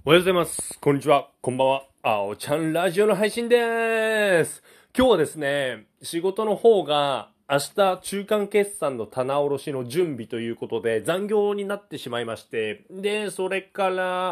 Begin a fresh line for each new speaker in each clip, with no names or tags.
おはようございます。こんにちは。こんばんは。あおちゃんラジオの配信です。今日はですね、仕事の方が明日中間決算の棚卸しの準備ということで残業になってしまいまして、で、それから、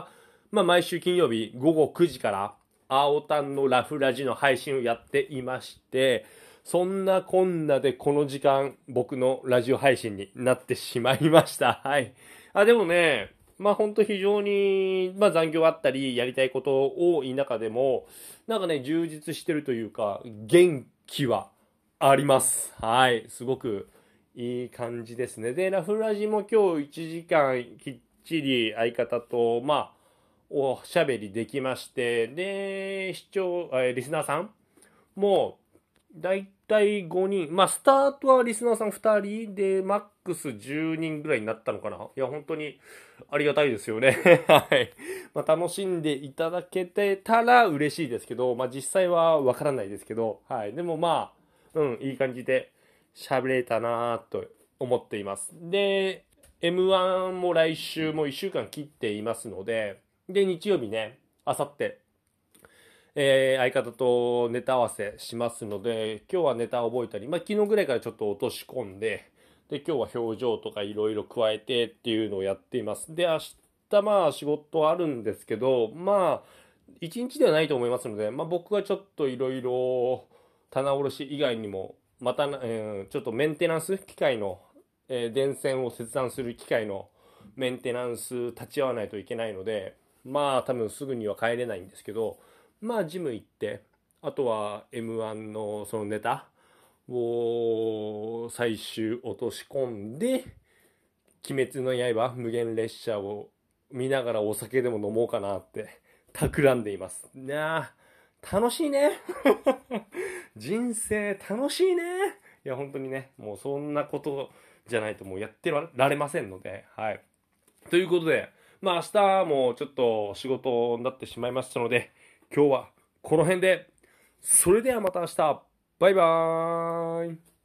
毎週金曜日午後9時からあおたんのラフラジの配信をやっていまして、そんなこんなでこの時間僕のラジオ配信になってしまいました。はい。でもね、本当非常に、残業あったり、やりたいこと多い中でも、なんかね、充実してるというか、元気はあります。はい。すごくいい感じですね。で、ラフラジも今日1時間きっちり相方と、おしゃべりできまして、で、リスナーさんもだいたい5人。スタートはリスナーさん2人で、マックス10人ぐらいになったのかな。いや、本当にありがたいですよね。はい。楽しんでいただけてたら嬉しいですけど、実際はわからないですけど、はい。でもいい感じで喋れたなと思っています。で、M1 も来週も1週間切っていますので、で、日曜日ね、あさって相方とネタ合わせしますので、今日はネタを覚えたり、昨日ぐらいからちょっと落とし込んで、で、今日は表情とかいろいろ加えてっていうのをやっています。で、明日仕事あるんですけど、一日ではないと思いますので、僕はちょっといろいろ棚卸し以外にも、ちょっとメンテナンス機械の、電線を切断する機械のメンテナンス立ち会わないといけないので、多分すぐには帰れないんですけど、ジム行って、あとは M1 のそのネタを最終落とし込んで、鬼滅の刃無限列車を見ながらお酒でも飲もうかなって企んでいます。楽しいね。人生楽しいね。いや、本当にね、もうそんなことじゃないともうやってられませんので、はい。ということで、明日もちょっと仕事になってしまいましたので、今日はこの辺で、それではまた明日、バイバーイ。